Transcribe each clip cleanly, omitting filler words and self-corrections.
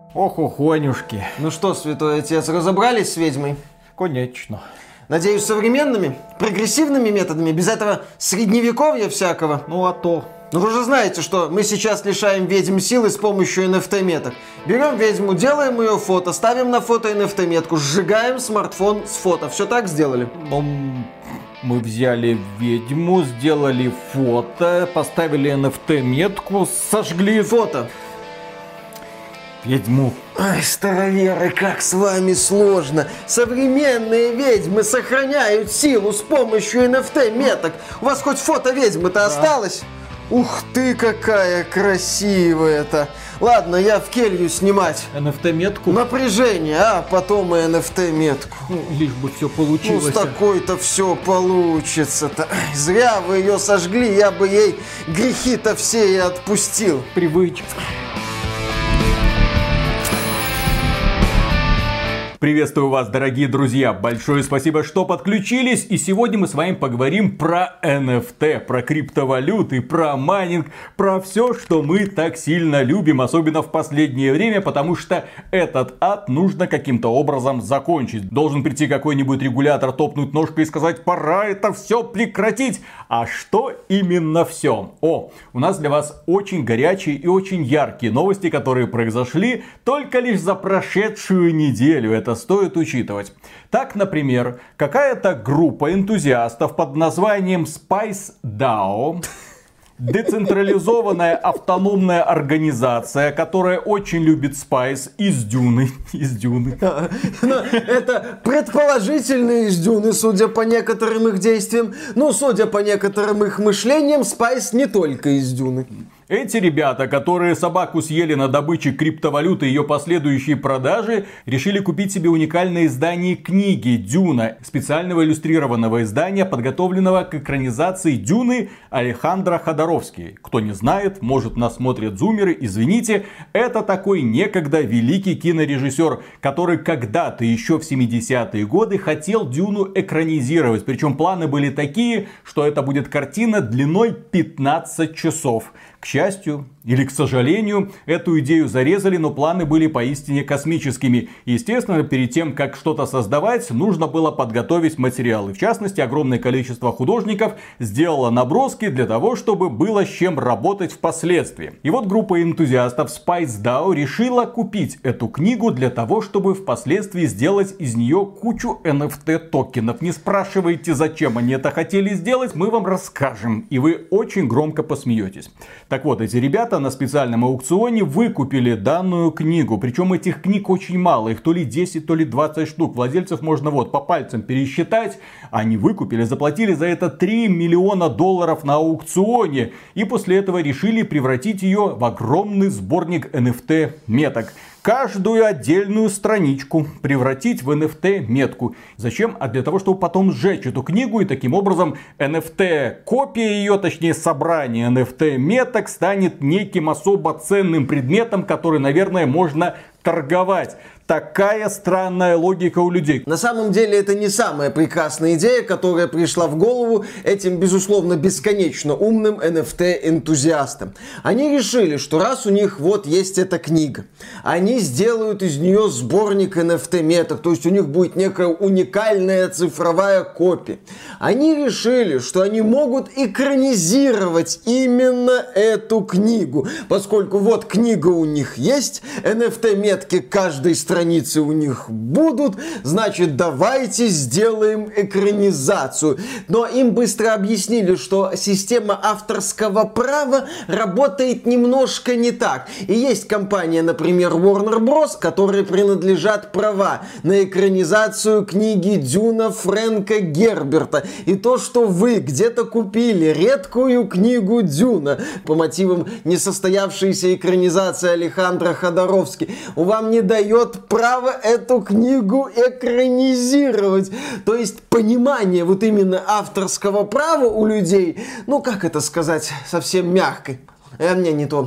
Ох, ухонюшки. Ну что, святой отец, разобрались с ведьмой? Конечно. Надеюсь, современными, прогрессивными методами, без этого средневековья всякого? Ну а то. Ну вы же знаете, что мы сейчас лишаем ведьм силы с помощью NFT-меток. Берем ведьму, делаем ее фото, ставим на фото NFT-метку, сжигаем смартфон с фото. Все так сделали? Ну, мы взяли ведьму, сделали фото, поставили NFT-метку, сожгли фото. Ведьму. Ай, староверы, как с вами сложно. Современные ведьмы сохраняют силу с помощью NFT-меток. У вас хоть фото ведьмы-то осталось? Ух ты, какая красивая-то. Ладно, я в келью снимать. NFT-метку? Напряжение, а потом и NFT-метку. Ну, лишь бы все получилось. Ну, с такой-то все получится-то. Зря вы ее сожгли, я бы ей грехи-то все и отпустил. Привычка. Приветствую вас, дорогие друзья! Большое спасибо, что подключились. И сегодня мы с вами поговорим про NFT, про криптовалюты, про майнинг, про все, что мы так сильно любим, особенно в последнее время, потому что этот ад нужно каким-то образом закончить. Должен прийти какой-нибудь регулятор, топнуть ножкой и сказать: пора это все прекратить. А что именно все? У нас для вас очень горячие и очень яркие новости, которые произошли только лишь за прошедшую неделю. Это стоит учитывать. Так, например, какая-то группа энтузиастов под названием Spice DAO, децентрализованная автономная организация, которая очень любит Spice из Дюны. Это предположительно из Дюны, судя по некоторым их действиям. Ну, судя по некоторым их мышлениям, Spice не только из Дюны. Эти ребята, которые собаку съели на добыче криптовалюты и ее последующей продажи, решили купить себе уникальное издание книги «Дюна», специального иллюстрированного издания, подготовленного к экранизации «Дюны» Алехандро Ходоровски. Кто не знает, может, нас смотрят зумеры, извините, это такой некогда великий кинорежиссер, который когда-то еще в 70-е годы хотел «Дюну» экранизировать. Причем планы были такие, что это будет картина длиной 15 часов. К счастью или к сожалению, эту идею зарезали, но планы были поистине космическими. Естественно, перед тем, как что-то создавать, нужно было подготовить материалы. В частности, огромное количество художников сделало наброски для того, чтобы было с чем работать впоследствии. И вот группа энтузиастов Spice DAO решила купить эту книгу для того, чтобы впоследствии сделать из нее кучу NFT токенов. Не спрашивайте, зачем они это хотели сделать, мы вам расскажем. И вы очень громко посмеетесь. Так вот, эти ребята на специальном аукционе выкупили данную книгу. Причем этих книг очень мало. Их то ли 10, то ли 20 штук. Владельцев можно вот по пальцам пересчитать. Они выкупили, заплатили за это $3 миллиона на аукционе. И после этого решили превратить ее в огромный сборник NFT меток. Каждую отдельную страничку превратить в NFT-метку. Зачем? А для того, чтобы потом сжечь эту книгу, и таким образом NFT-копия ее, точнее собрание NFT-меток, станет неким особо ценным предметом, который, наверное, можно торговать. Такая странная логика у людей. На самом деле это не самая прекрасная идея, которая пришла в голову этим, безусловно, бесконечно умным NFT-энтузиастам. Они решили, что раз у них вот есть эта книга, они сделают из нее сборник NFT-меток, то есть у них будет некая уникальная цифровая копия. Они решили, что они могут экранизировать именно эту книгу, поскольку вот книга у них есть, NFT-метки каждой страницы у них будут, значит, давайте сделаем экранизацию. Но им быстро объяснили, что система авторского права работает немножко не так. И есть компания, например, Warner Bros., которой принадлежат права на экранизацию книги «Дюна» Фрэнка Герберта. И то, что вы где-то купили редкую книгу «Дюна» по мотивам несостоявшейся экранизации Алехандро Ходоровски, вам не дает право эту книгу экранизировать. То есть понимание вот именно авторского права у людей, ну как это сказать совсем мягко, Не то.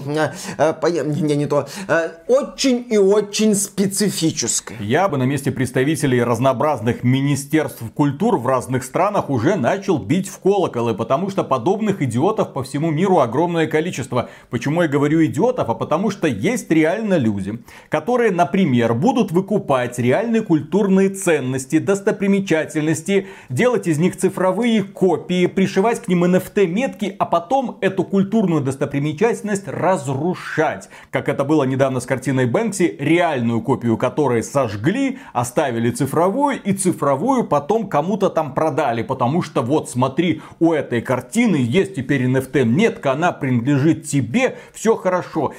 Очень и очень специфическое. Я бы на месте представителей разнообразных министерств культур в разных странах уже начал бить в колоколы, потому что подобных идиотов по всему миру огромное количество. Почему я говорю идиотов? А потому что есть реально люди, которые, например, будут выкупать реальные культурные ценности, достопримечательности, делать из них цифровые копии, пришивать к ним NFT-метки, а потом эту культурную достопримечательность разрушать. Как это было недавно с картиной Бэнкси, реальную копию которой сожгли, оставили цифровую, и цифровую потом кому-то там продали. Потому что вот смотри, у этой картины есть теперь NFT-метка, она принадлежит тебе, все хорошо.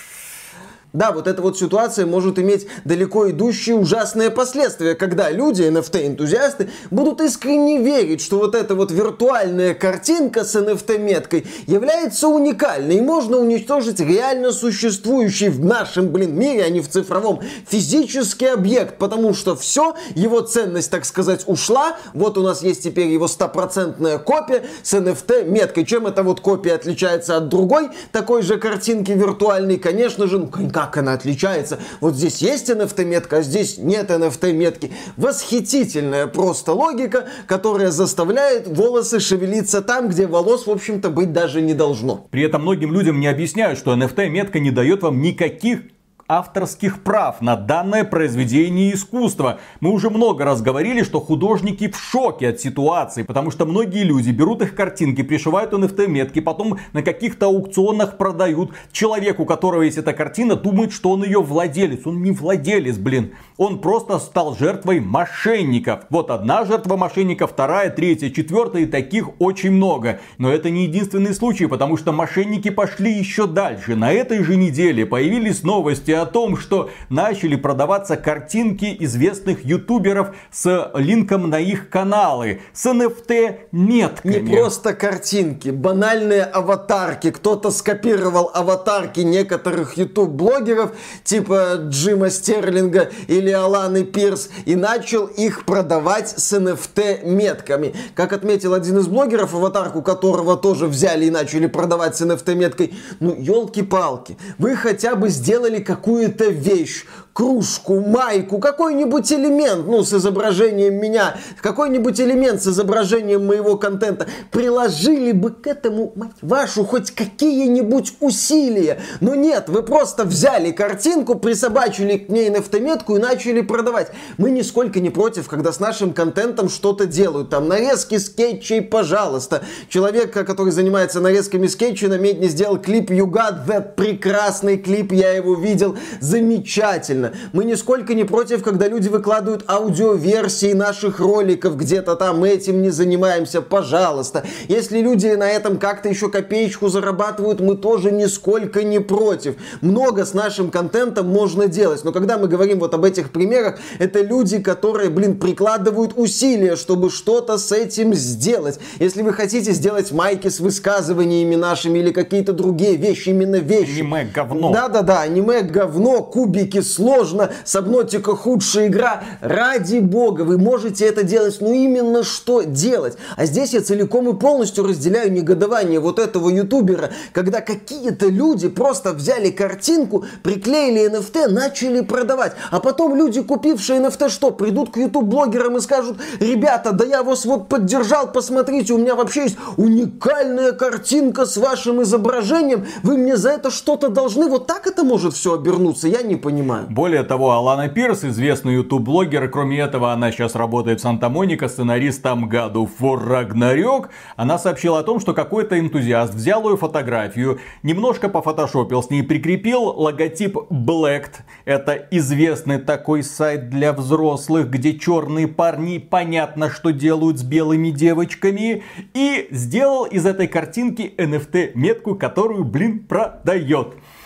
Да, вот эта вот ситуация может иметь далеко идущие ужасные последствия, когда люди, NFT-энтузиасты, будут искренне верить, что вот эта вот виртуальная картинка с NFT-меткой является уникальной, и можно уничтожить реально существующий в нашем, мире, а не в цифровом, физический объект, потому что все, его ценность, так сказать, ушла, вот у нас есть теперь его 100% копия с NFT-меткой. Чем эта вот копия отличается от другой такой же картинки виртуальной? Конечно же, как она отличается? Вот здесь есть NFT-метка, а здесь нет NFT-метки. Восхитительная просто логика, которая заставляет волосы шевелиться там, где волос, в общем-то, быть даже не должно. При этом многим людям не объясняют, что NFT-метка не дает вам никаких авторских прав на данное произведение искусства. Мы уже много раз говорили, что художники в шоке от ситуации, потому что многие люди берут их картинки, пришивают NFT-метки, потом на каких-то аукционах продают. Человек, у которого есть эта картина, думает, что он ее владелец. Он не владелец, Он просто стал жертвой мошенников. Вот одна жертва мошенников, вторая, третья, четвертая, и таких очень много. Но это не единственный случай, потому что мошенники пошли еще дальше. На этой же неделе появились новости о том, что начали продаваться картинки известных ютуберов с линком на их каналы, с NFT-метками. Не просто картинки, банальные аватарки. Кто-то скопировал аватарки некоторых ютуб-блогеров, типа Джима Стерлинга или Аланы Пирс, и начал их продавать с NFT-метками. Как отметил один из блогеров, аватарку которого тоже взяли и начали продавать с NFT-меткой, елки-палки, вы хотя бы сделали какую-то вещь, кружку, майку, какой-нибудь элемент, с изображением меня, какой-нибудь элемент с изображением моего контента, приложили бы к этому, мать вашу, хоть какие-нибудь усилия. Но нет, вы просто взяли картинку, присобачили к ней NFT-метку и начали продавать. Мы нисколько не против, когда с нашим контентом что-то делают. Там нарезки скетчей, пожалуйста. Человек, который занимается нарезками скетчей, на Медне сделал клип You Got That. Прекрасный клип, я его видел. Замечательно. Мы нисколько не против, когда люди выкладывают аудиоверсии наших роликов где-то там, мы этим не занимаемся, пожалуйста. Если люди на этом как-то еще копеечку зарабатывают, мы тоже нисколько не против. Много с нашим контентом можно делать, но когда мы говорим вот об этих примерах, это люди, которые, прикладывают усилия, чтобы что-то с этим сделать. Если вы хотите сделать майки с высказываниями нашими или какие-то другие вещи, именно вещи. Аниме-говно. Да-да-да, аниме-говно, кубики сложно, Сабнотика худшая игра. Ради бога, вы можете это делать, но именно что делать? А здесь я целиком и полностью разделяю негодование вот этого ютубера, когда какие-то люди просто взяли картинку, приклеили NFT, начали продавать. А потом люди, купившие NFT, что, придут к ютуб-блогерам и скажут: ребята, да я вас вот поддержал, посмотрите, у меня вообще есть уникальная картинка с вашим изображением, вы мне за это что-то должны. Вот так это может все обернуться, я не понимаю. Более того, Алана Пирс, известный ютуб-блогер, кроме этого, она сейчас работает в Санта-Моника сценаристом God of War Ragnarok. Она сообщила о том, что какой-то энтузиаст взял ее фотографию, немножко пофотошопил, с ней прикрепил логотип Blacked. Это известный такой сайт для взрослых, где черные парни понятно, что делают с белыми девочками. И сделал из этой картинки NFT-метку, которую, продает.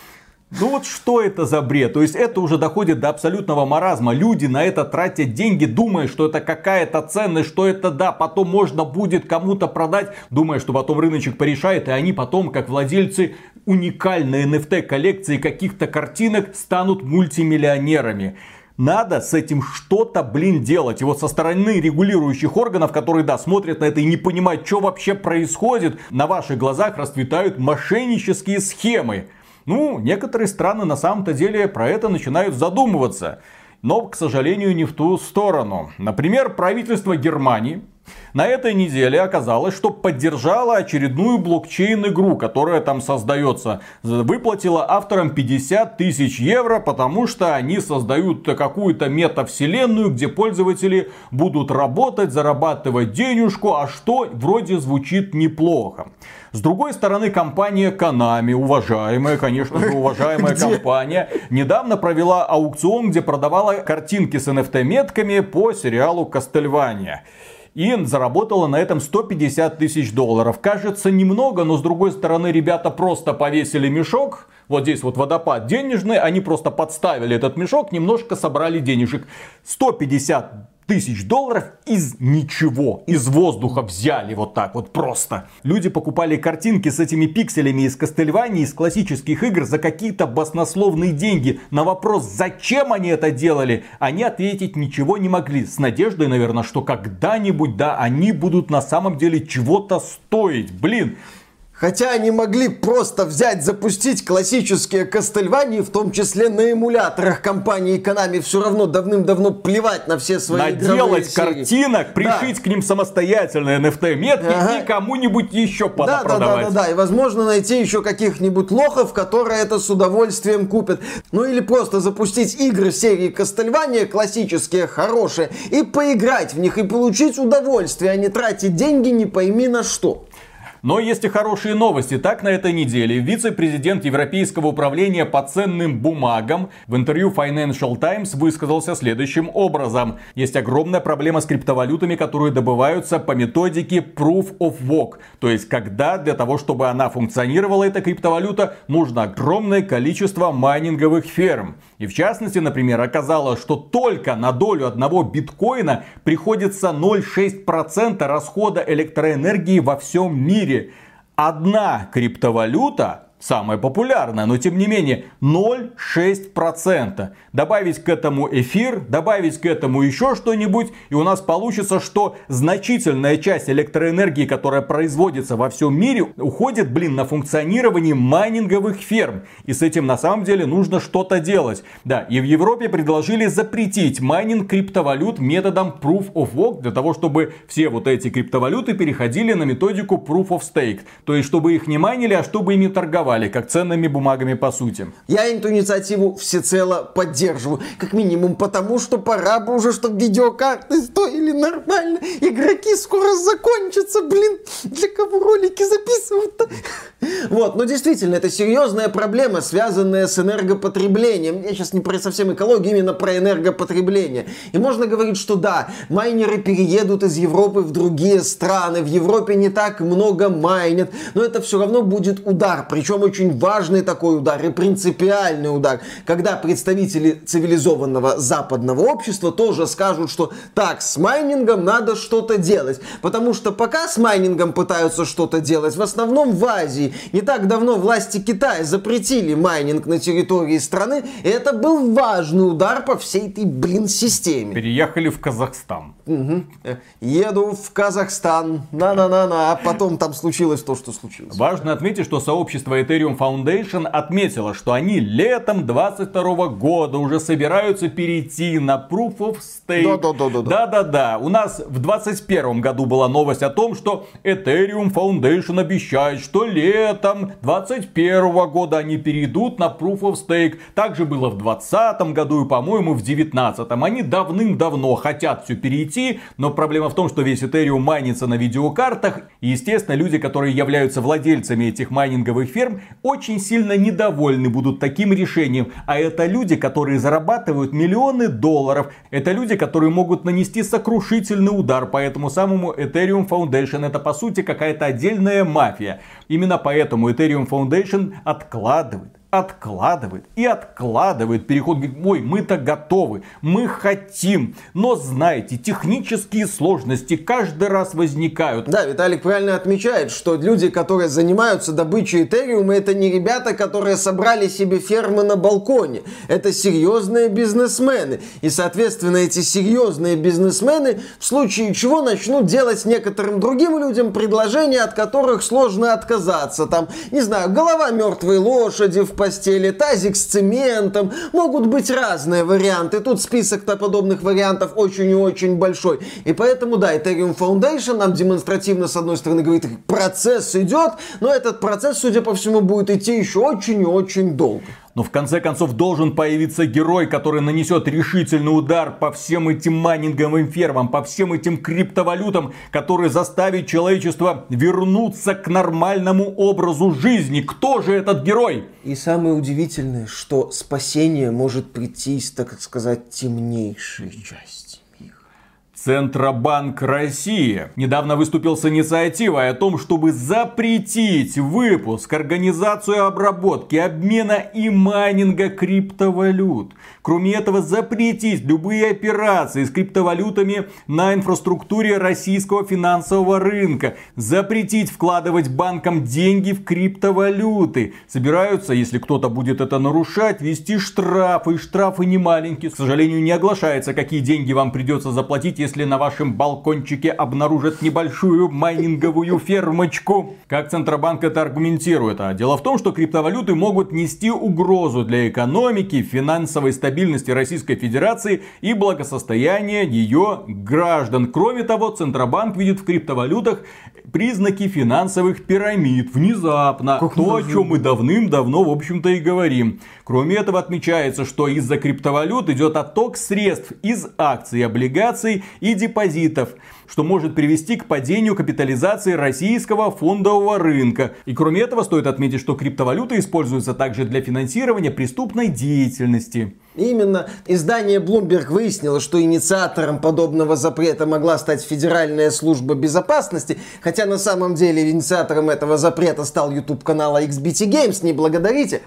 Вот что это за бред? То есть это уже доходит до абсолютного маразма. Люди на это тратят деньги, думая, что это какая-то ценность, что это потом можно будет кому-то продать, думая, что потом рыночек порешает, и они потом, как владельцы уникальной NFT коллекции каких-то картинок, станут мультимиллионерами. Надо с этим что-то, делать. И вот со стороны регулирующих органов, которые, смотрят на это и не понимают, что вообще происходит, на ваших глазах расцветают мошеннические схемы. Некоторые страны на самом-то деле про это начинают задумываться. Но, к сожалению, не в ту сторону. Например, правительство Германии на этой неделе оказалось, что поддержало очередную блокчейн-игру, которая там создается. Выплатила авторам 50 тысяч евро, потому что они создают какую-то метавселенную, где пользователи будут работать, зарабатывать денежку, а что вроде звучит неплохо. С другой стороны, компания Konami, уважаемая, конечно же, уважаемая компания, недавно провела аукцион, где продавала картинки с NFT-метками по сериалу Castlevania. И заработала на этом 150 тысяч долларов. Кажется немного, но с другой стороны ребята просто повесили мешок. Вот здесь вот водопад денежный, они просто подставили этот мешок, немножко собрали денежек. 150 тысяч долларов из ничего, из воздуха взяли вот так вот просто. Люди покупали картинки с этими пикселями из Castlevania, из классических игр за какие-то баснословные деньги. На вопрос, зачем они это делали, они ответить ничего не могли. С надеждой, наверное, что когда-нибудь, они будут на самом деле чего-то стоить. Хотя они могли просто взять, запустить классические Castlevania, в том числе на эмуляторах компании Konami, все равно давным-давно плевать на все свои наделать картинок, пришить к ним самостоятельно NFT-метки и кому-нибудь еще продавать. И возможно найти еще каких-нибудь лохов, которые это с удовольствием купят. Или просто запустить игры серии Castlevania, классические, хорошие, и поиграть в них, и получить удовольствие, а не тратить деньги не пойми на что. Но есть и хорошие новости. Так, на этой неделе вице-президент Европейского управления по ценным бумагам в интервью Financial Times высказался следующим образом. Есть огромная проблема с криптовалютами, которые добываются по методике Proof of Work. То есть, когда для того, чтобы она функционировала, эта криптовалюта, нужно огромное количество майнинговых ферм. И в частности, например, оказалось, что только на долю одного биткоина приходится 0,6% расхода электроэнергии во всем мире. Одна криптовалюта, самая популярная, но тем не менее 0,6%. Добавить к этому эфир, добавить к этому еще что-нибудь, и у нас получится, что значительная часть электроэнергии, которая производится во всем мире, уходит, на функционирование майнинговых ферм. И с этим на самом деле нужно что-то делать. И в Европе предложили запретить майнинг криптовалют методом Proof of Work, для того, чтобы все вот эти криптовалюты переходили на методику Proof of Stake. То есть, чтобы их не майнили, а чтобы ими торговали, как ценными бумагами по сути. Я эту инициативу всецело поддерживаю. Как минимум потому, что пора бы уже, чтобы видеокарты стоили нормально. Игроки скоро закончатся, Для кого ролики записывают-то? Но действительно, это серьезная проблема, связанная с энергопотреблением. Я сейчас не про совсем экологию, именно про энергопотребление. И можно говорить, что майнеры переедут из Европы в другие страны. В Европе не так много майнят. Но это все равно будет удар. Причем очень важный такой удар и принципиальный удар. Когда представители цивилизованного западного общества тоже скажут, что с майнингом надо что-то делать. Потому что пока с майнингом пытаются что-то делать, в основном в Азии. Не так давно власти Китая запретили майнинг на территории страны. И это был важный удар по всей этой, системе. Переехали в Казахстан. Еду в Казахстан. А потом там случилось то, что случилось. Важно отметить, что сообщество Ethereum Foundation отметило, что они летом 2022 года уже собираются перейти на Proof of Stake. Да. У нас в 2021 году была новость о том, что Ethereum Foundation обещает, что летом 2021 года они перейдут на Proof of Stake. Также было в 2020 году и, по-моему, в 2019. Они давным-давно хотят все перейти, но проблема в том, что весь Ethereum майнится на видеокартах. И, естественно, люди, которые являются владельцами этих майнинговых ферм, очень сильно недовольны будут таким решением. А это люди, которые зарабатывают миллионы долларов. Это люди, которые могут нанести сокрушительный удар по этому самому Ethereum Foundation. Это, по сути, какая-то отдельная мафия. Именно поэтому Ethereum Foundation откладывает откладывает и откладывает переход. Говорит, ой, мы-то готовы, мы хотим. Но знаете, технические сложности каждый раз возникают. Да, Виталик правильно отмечает, что люди, которые занимаются добычей этериума, это не ребята, которые собрали себе фермы на балконе. Это серьезные бизнесмены. И, соответственно, эти серьезные бизнесмены в случае чего начнут делать некоторым другим людям предложения, от которых сложно отказаться. Там, не знаю, голова мертвой лошади в постели, тазик с цементом. Могут быть разные варианты. Тут список-то подобных вариантов очень и очень большой. И поэтому, да, Ethereum Foundation нам демонстративно, с одной стороны, говорит, процесс идет, но этот процесс, судя по всему, будет идти еще очень и очень долго. Но в конце концов должен появиться герой, который нанесет решительный удар по всем этим майнинговым фермам, по всем этим криптовалютам, который заставит человечество вернуться к нормальному образу жизни. Кто же этот герой? И самое удивительное, что спасение может прийти из, так сказать, темнейшей части. Центробанк России недавно выступил с инициативой о том, чтобы запретить выпуск, организацию обработки, обмена и майнинга криптовалют. Кроме этого, запретить любые операции с криптовалютами на инфраструктуре российского финансового рынка. Запретить вкладывать банкам деньги в криптовалюты. Собираются, если кто-то будет это нарушать, ввести штрафы. И штрафы не маленькие. К сожалению, не оглашается, какие деньги вам придется заплатить, если на вашем балкончике обнаружат небольшую майнинговую фермочку. Как Центробанк это аргументирует? Дело в том, что криптовалюты могут нести угрозу для экономики, финансовой стабильности Российской Федерации и благосостояния ее граждан. Кроме того, Центробанк видит в криптовалютах признаки финансовых пирамид. Внезапно. То, о чем мы давным-давно, в общем-то, и говорим. Кроме этого, отмечается, что из-за криптовалют идет отток средств из акций, облигаций и депозитов, что может привести к падению капитализации российского фондового рынка. И кроме этого, стоит отметить, что криптовалюта используется также для финансирования преступной деятельности. Именно. Издание Bloomberg выяснило, что инициатором подобного запрета могла стать Федеральная служба безопасности, хотя на самом деле инициатором этого запрета стал YouTube-канал XBT Games, не благодарите.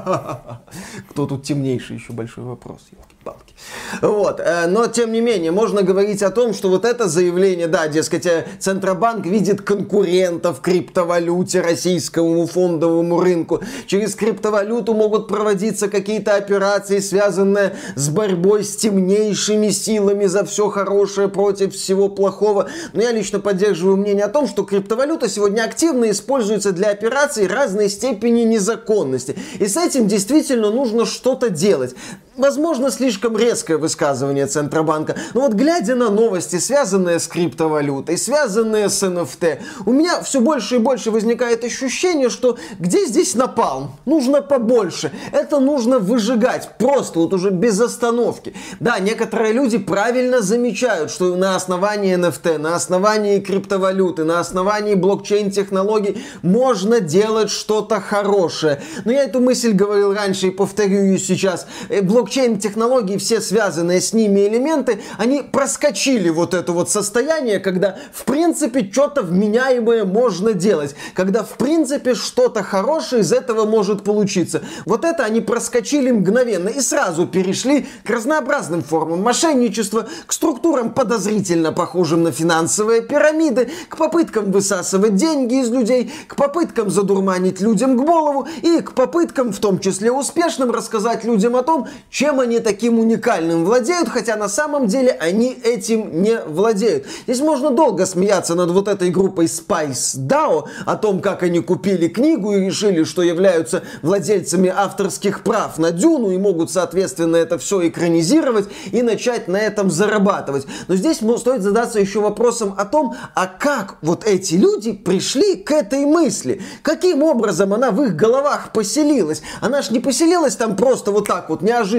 Кто тут темнейший, еще большой вопрос, ёлки-палки. Вот. Но, тем не менее, можно говорить о том, что вот это заявление, да, дескать, Центробанк видит конкурентов в криптовалюте российскому фондовому рынку. Через криптовалюту могут проводиться какие-то операции, связанные с борьбой с темнейшими силами за все хорошее против всего плохого. Но я лично поддерживаю мнение о том, что криптовалюта сегодня активно используется для операций разной степени незаконности. И с этим действительно нужно что-то делать. Возможно, слишком резкое высказывание Центробанка, но вот глядя на новости, связанные с криптовалютой, связанные с NFT, у меня все больше и больше возникает ощущение, что где здесь напалм? Нужно побольше. Это нужно выжигать, просто вот уже без остановки. Да, некоторые люди правильно замечают, что на основании NFT, на основании криптовалюты, на основании блокчейн-технологий можно делать что-то хорошее. Но я эту мысль говорил раньше и повторю ее сейчас. Блокчейн-технологии, все связанные с ними элементы, они проскочили вот это вот состояние, когда в принципе что-то вменяемое можно делать, когда в принципе что-то хорошее из этого может получиться. Вот это они проскочили мгновенно и сразу перешли к разнообразным формам мошенничества, к структурам подозрительно похожим на финансовые пирамиды, к попыткам высасывать деньги из людей, к попыткам задурманить людям голову и к попыткам, в том числе успешным, рассказать людям о том, чем они таким уникальным владеют, хотя на самом деле они этим не владеют. Здесь можно долго смеяться над вот этой группой Spice DAO, о том, как они купили книгу и решили, что являются владельцами авторских прав на Дюну и могут, соответственно, это все экранизировать и начать на этом зарабатывать. Но здесь стоит задаться еще вопросом о том, а как вот эти люди пришли к этой мысли? Каким образом она в их головах поселилась? Она ж не поселилась там просто вот так вот неожиданно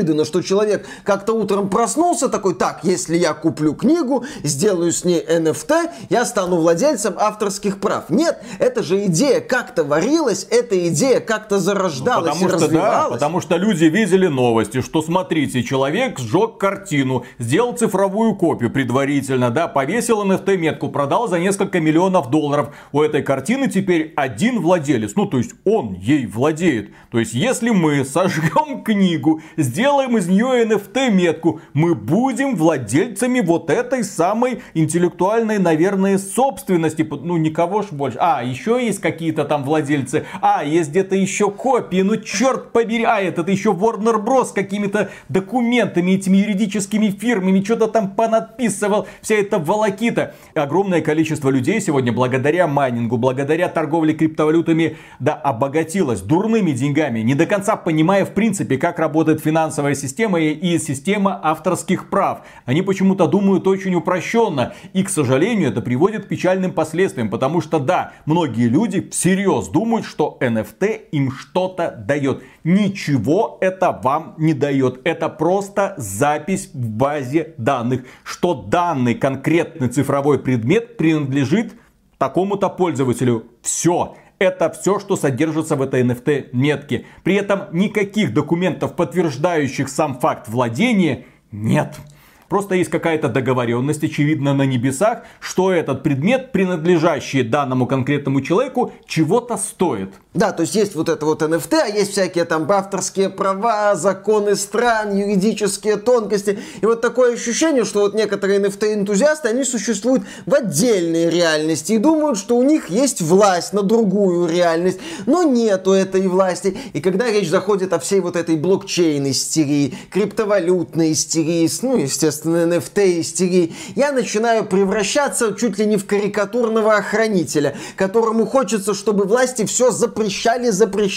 неожиданно, что человек как-то утром проснулся такой: так, если я куплю книгу, сделаю с ней NFT, я стану владельцем авторских прав. Нет, это же идея как-то варилась, эта идея как-то зарождалась и развивалась. Да, потому что люди видели новости, что смотрите, человек сжег картину, сделал цифровую копию предварительно, да, повесил NFT-метку, продал за несколько миллионов долларов. У этой картины теперь один владелец, ну то есть он ей владеет. То есть если мы сожгем книгу, сделаем из нее NFT-метку, мы будем владельцами вот этой самой интеллектуальной, наверное, собственности. Ну никого ж больше. А, еще есть какие-то там владельцы. А, есть где-то еще копии. Ну черт побери. А, это еще Warner Bros. Какими-то документами, этими юридическими фирмами, что-то там понадписывал. Вся эта волокита. Огромное количество людей сегодня благодаря майнингу, благодаря торговле криптовалютами, да, обогатилось дурными деньгами, не до конца понимая в принципе, как работает финансовая система и система авторских прав. Они почему-то думают очень упрощенно. И, к сожалению, это приводит к печальным последствиям. Потому что, да, многие люди всерьез думают, что NFT им что-то дает. Ничего это вам не дает. Это просто запись в базе данных. Что данный конкретный цифровой предмет принадлежит такому-то пользователю. Все. Это все, что содержится в этой NFT-метке. При этом никаких документов, подтверждающих сам факт владения, нет. Просто есть какая-то договоренность, очевидно, на небесах, что этот предмет, принадлежащий данному конкретному человеку, чего-то стоит. Да, то есть есть вот это вот NFT, а есть всякие там авторские права, законы стран, юридические тонкости. И вот такое ощущение, что вот некоторые NFT-энтузиасты, они существуют в отдельной реальности и думают, что у них есть власть на другую реальность. Но нету этой власти. И когда речь заходит о всей вот этой блокчейн-истерии, криптовалютной истерии, ну, естественно, NFT-истерии, я начинаю превращаться чуть ли не в карикатурного охранителя, которому хочется, чтобы власти все запрещали,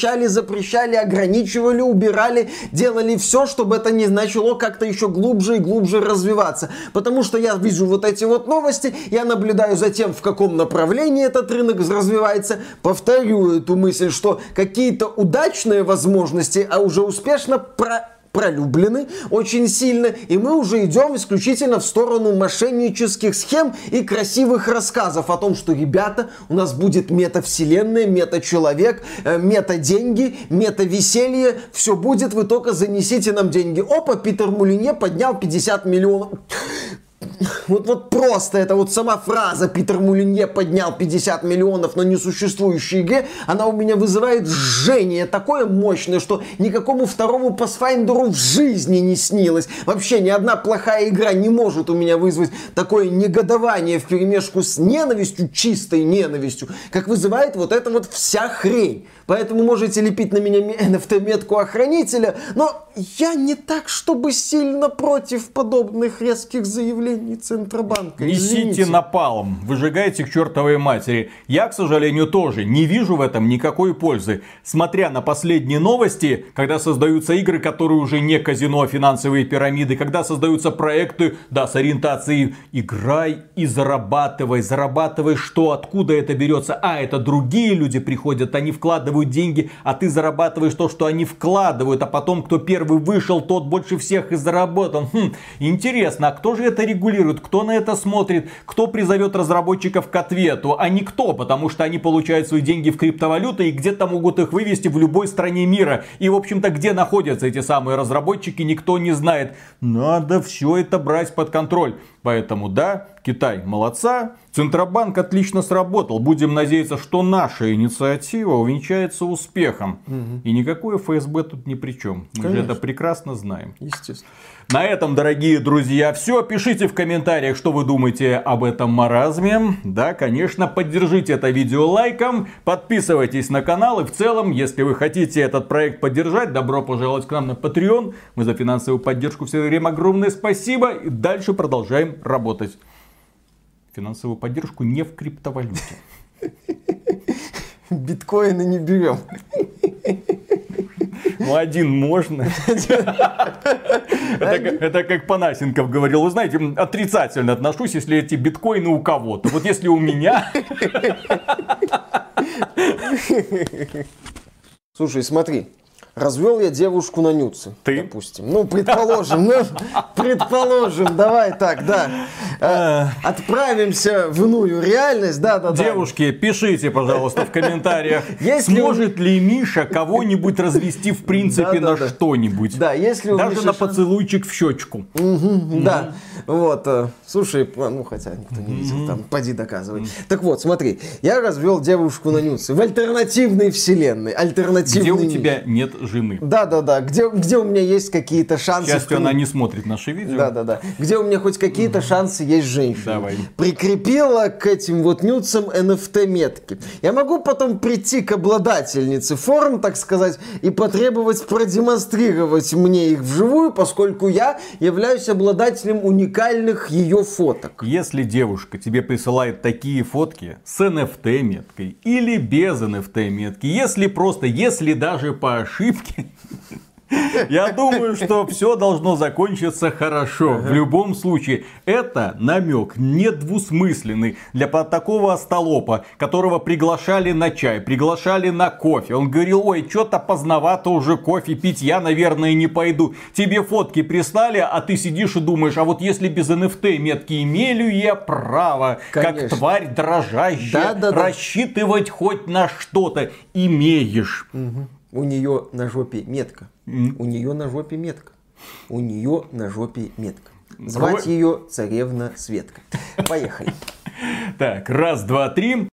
ограничивали, убирали, делали все, чтобы это не начало как-то еще глубже и глубже развиваться. Потому что я вижу вот эти вот новости, я наблюдаю за тем, в каком направлении этот рынок развивается, повторю эту мысль, что какие-то удачные возможности, а уже успешно пролюблены очень сильно, и мы уже идем исключительно в сторону мошеннических схем и красивых рассказов о том, что, ребята, у нас будет метавселенная, мета-человек, мета-деньги, мета-веселье, все будет, вы только занесите нам деньги. Опа, Питер Мулинье поднял 50 миллионов. Вот просто это вот сама фраза «Питер Мулинье поднял 50 миллионов на несуществующей игре», она у меня вызывает жжение такое мощное, что никакому второму Pathfinder'у в жизни не снилось. Вообще ни одна плохая игра не может у меня вызвать такое негодование вперемешку с ненавистью, чистой ненавистью, как вызывает вот эта вот вся хрень. Поэтому можете лепить на меня NFT-метку охранителя, но я не так, чтобы сильно против подобных резких заявлений Центробанка. Несите напалм, выжигайте к чертовой матери. Я, к сожалению, тоже не вижу в этом никакой пользы. Смотря на последние новости, когда создаются игры, которые уже не казино, а финансовые пирамиды, когда создаются проекты, да, с ориентацией «играй и зарабатывай». Зарабатывай что? Откуда это берется? А, это другие люди приходят, они вкладывают деньги, а ты зарабатываешь то, что они вкладывают, а потом кто первый вышел, тот больше всех и заработал. Интересно, а кто же это регулирует? Кто на это смотрит? Кто призовет разработчиков к ответу? А никто, потому что они получают свои деньги в криптовалюты и где-то могут их вывести в любой стране мира. И, в общем-то, где находятся эти самые разработчики, никто не знает. Надо все это брать под контроль. Поэтому, да, Китай молодца, Центробанк отлично сработал. Будем надеяться, что наша инициатива увенчается успехом. И никакое ФСБ тут ни при чем. Мы же это прекрасно знаем. Естественно. На этом, дорогие друзья, все. Пишите в комментариях, что вы думаете об этом маразме. Да, конечно, поддержите это видео лайком. Подписывайтесь на канал. И в целом, если вы хотите этот проект поддержать, добро пожаловать к нам на Patreon. Мы за финансовую поддержку все время огромное спасибо. И дальше продолжаем работать. Финансовую поддержку не в криптовалюте. Биткоины не берем. Ну, один можно. Это как Панасенков говорил. Вы знаете, отрицательно отношусь, если эти биткоины у кого-то. Вот если у меня... Слушай, смотри. Развел я девушку на нюцы. Ты? Допустим. Ну, предположим. Предположим. Давай так, да. Отправимся в иную реальность. Да. Девушки, пишите, пожалуйста, в комментариях, Если сможет ли Миша кого-нибудь развести в принципе на что-нибудь. Да, если у Даже Миши на поцелуйчик в щечку. Да, вот, слушай, ну хотя никто не видел, там, поди доказывай. Так вот, смотри, я развел девушку на нюцы в альтернативной вселенной, Где у тебя нет жены. Да, где у меня есть какие-то шансы. К счастью, она не смотрит наши видео. Да. Где у меня хоть какие-то шансы есть женщина. Давай. Прикрепила к этим вот нюцам NFT-метки. Я могу потом прийти к обладательнице форм, так сказать, и потребовать продемонстрировать мне их вживую, поскольку я являюсь обладателем уникальных ее фоток. Если девушка тебе присылает такие фотки с NFT-меткой или без NFT-метки, если даже по ошибке, я думаю, что все должно закончиться хорошо. В любом случае, это намек недвусмысленный для такого остолопа, которого приглашали на чай, приглашали на кофе. Он говорил: ой, что-то поздновато уже кофе пить, я, наверное, не пойду. Тебе фотки прислали, а ты сидишь и думаешь: а вот если без NFT метки имею я право, Конечно. как тварь дрожащая, рассчитывать хоть на что-то имеешь. У нее на жопе метка. У нее на жопе метка. У нее на жопе метка. Звать ее царевна Светка. Поехали. Так, раз, два, три.